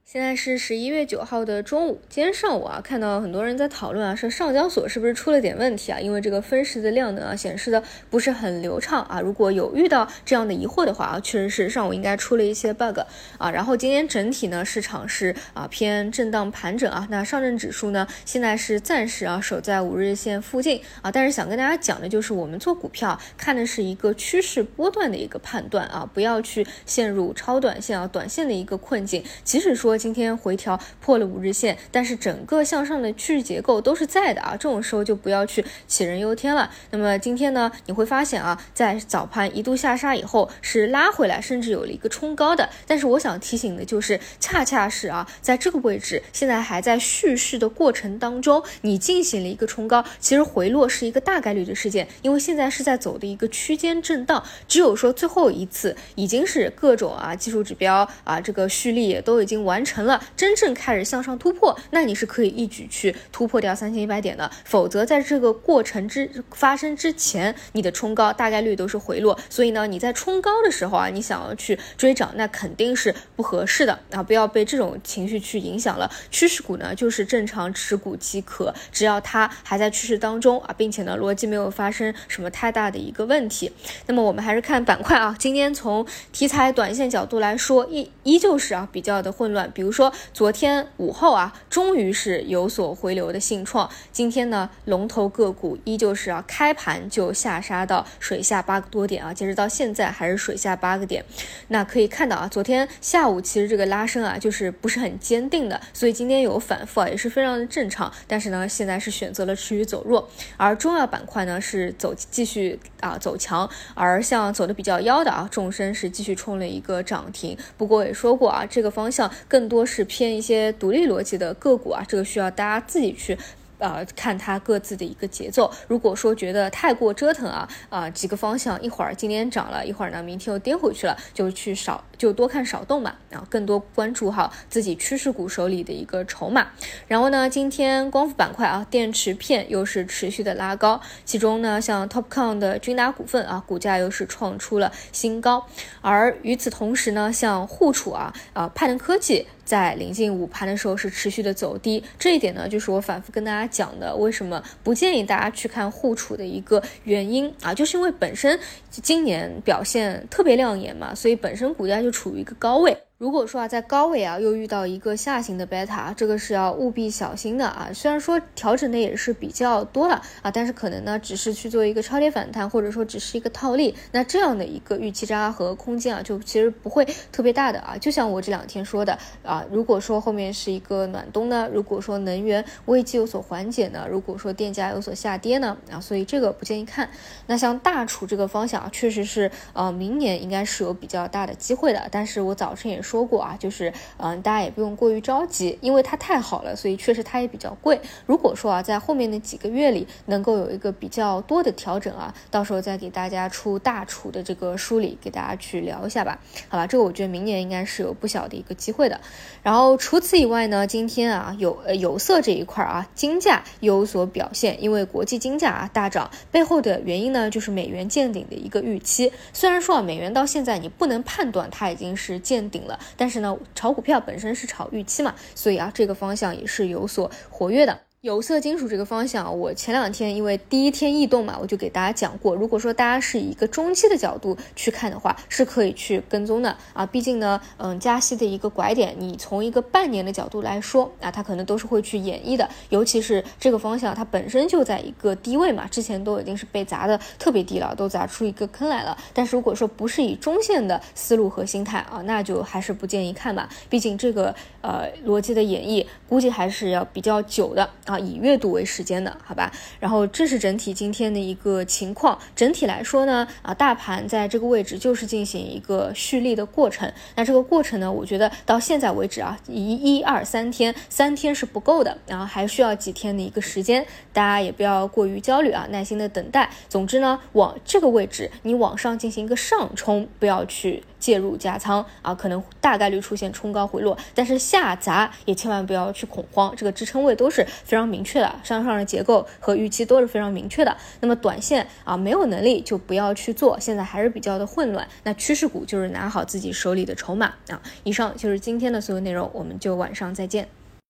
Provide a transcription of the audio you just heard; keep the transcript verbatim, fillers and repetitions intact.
现在是十一月九号的中午，今天上午啊，看到很多人在讨论啊，说上交所是不是出了点问题啊？因为这个分时的量能啊显示的不是很流畅啊。如果有遇到这样的疑惑的话啊，确实是上午应该出了一些 bug 啊。然后今天整体呢，市场是啊偏震荡盘整啊。那上证指数呢，现在是暂时啊守在五日线附近啊。但是想跟大家讲的就是，我们做股票看的是一个趋势波段的一个判断啊，不要去陷入超短线啊、短线的一个困境。即使说今天回调破了五日线，但是整个向上的趋势结构都是在的啊，这种时候就不要去杞人忧天了。那么今天呢，你会发现啊，在早盘一度下杀以后是拉回来，甚至有了一个冲高的。但是我想提醒的就是，恰恰是啊，在这个位置现在还在蓄势的过程当中，你进行了一个冲高，其实回落是一个大概率的事件，因为现在是在走的一个区间震荡，只有说最后一次已经是各种啊技术指标啊这个蓄力也都已经完成了，真正开始向上突破，那你是可以一举去突破掉三千一百点的。否则在这个过程之发生之前，你的冲高大概率都是回落，所以呢你在冲高的时候啊，你想要去追涨，那肯定是不合适的啊，不要被这种情绪去影响了。趋势股呢就是正常持股即可，只要它还在趋势当中啊，并且呢逻辑没有发生什么太大的一个问题。那么我们还是看板块啊，今天从题材短线角度来说，依依旧是啊比较的混乱。比如说昨天午后啊，终于是有所回流的信创，今天呢龙头个股依旧是啊开盘就下杀到水下八个多点啊，截止到现在还是水下八个点。那可以看到啊，昨天下午其实这个拉升啊就是不是很坚定的，所以今天有反复啊也是非常的正常。但是呢现在是选择了持续走弱，而中药板块呢是走继续啊走强，而像走的比较妖的啊众生是继续冲了一个涨停。不过也说过啊，这个方向更多是偏一些独立逻辑的个股啊，这个需要大家自己去呃，看它各自的一个节奏。如果说觉得太过折腾啊啊、呃，几个方向一会儿今天涨了，一会儿呢明天又跌回去了，就去少就多看少动嘛啊，更多关注好自己趋势股手里的一个筹码。然后呢，今天光伏板块啊，电池片又是持续的拉高，其中呢像 Topcon 的君达股份啊，股价又是创出了新高。而与此同时呢，像户储啊啊，派能科技在临近午盘的时候是持续的走低，这一点呢就是我反复跟大家讲的，为什么不建议大家去看户储的一个原因啊，就是因为本身今年表现特别亮眼嘛，所以本身股价就处于一个高位。如果说啊，在高位啊又遇到一个下行的贝塔，这个是要务必小心的啊。虽然说调整的也是比较多了啊，但是可能呢只是去做一个超跌反弹，或者说只是一个套利，那这样的一个预期差和空间啊，就其实不会特别大的啊。就像我这两天说的啊，如果说后面是一个暖冬呢，如果说能源危机有所缓解呢，如果说电价有所下跌呢啊，所以这个不建议看。那像大储这个方向啊，确实是呃明年应该是有比较大的机会的，但是我早晨也说说过啊，就是嗯、呃，大家也不用过于着急，因为它太好了，所以确实它也比较贵。如果说啊，在后面的几个月里能够有一个比较多的调整啊，到时候再给大家出大储的这个梳理，给大家去聊一下吧。好吧，这个我觉得明年应该是有不小的一个机会的。然后除此以外呢，今天啊有呃有色这一块啊，金价有所表现，因为国际金价啊大涨，背后的原因呢就是美元见顶的一个预期。虽然说啊，美元到现在你不能判断它已经是见顶了。但是呢，炒股票本身是炒预期嘛，所以啊，这个方向也是有所活跃的。有色金属这个方向，我前两天因为第一天异动嘛，我就给大家讲过，如果说大家是以一个中期的角度去看的话，是可以去跟踪的啊。毕竟呢，嗯，加息的一个拐点，你从一个半年的角度来说啊，它可能都是会去演绎的。尤其是这个方向，它本身就在一个低位嘛，之前都已经是被砸的特别低了，都砸出一个坑来了。但是如果说不是以中线的思路和心态啊，那就还是不建议看吧。毕竟这个呃逻辑的演绎，估计还是要比较久的。啊，以月度为时间的，好吧。然后这是整体今天的一个情况。整体来说呢，啊，大盘在这个位置就是进行一个蓄力的过程。那这个过程呢，我觉得到现在为止啊，一一二三天，三天是不够的，然后还需要几天的一个时间。大家也不要过于焦虑啊，耐心的等待。总之呢，往这个位置你往上进行一个上冲，不要去介入加仓啊，可能大概率出现冲高回落，但是下砸也千万不要去恐慌，这个支撑位都是非常常明确的，向上的结构和预期都是非常明确的。那么短线啊没有能力就不要去做，现在还是比较的混乱。那趋势股就是拿好自己手里的筹码啊。以上就是今天的所有内容，我们就晚上再见。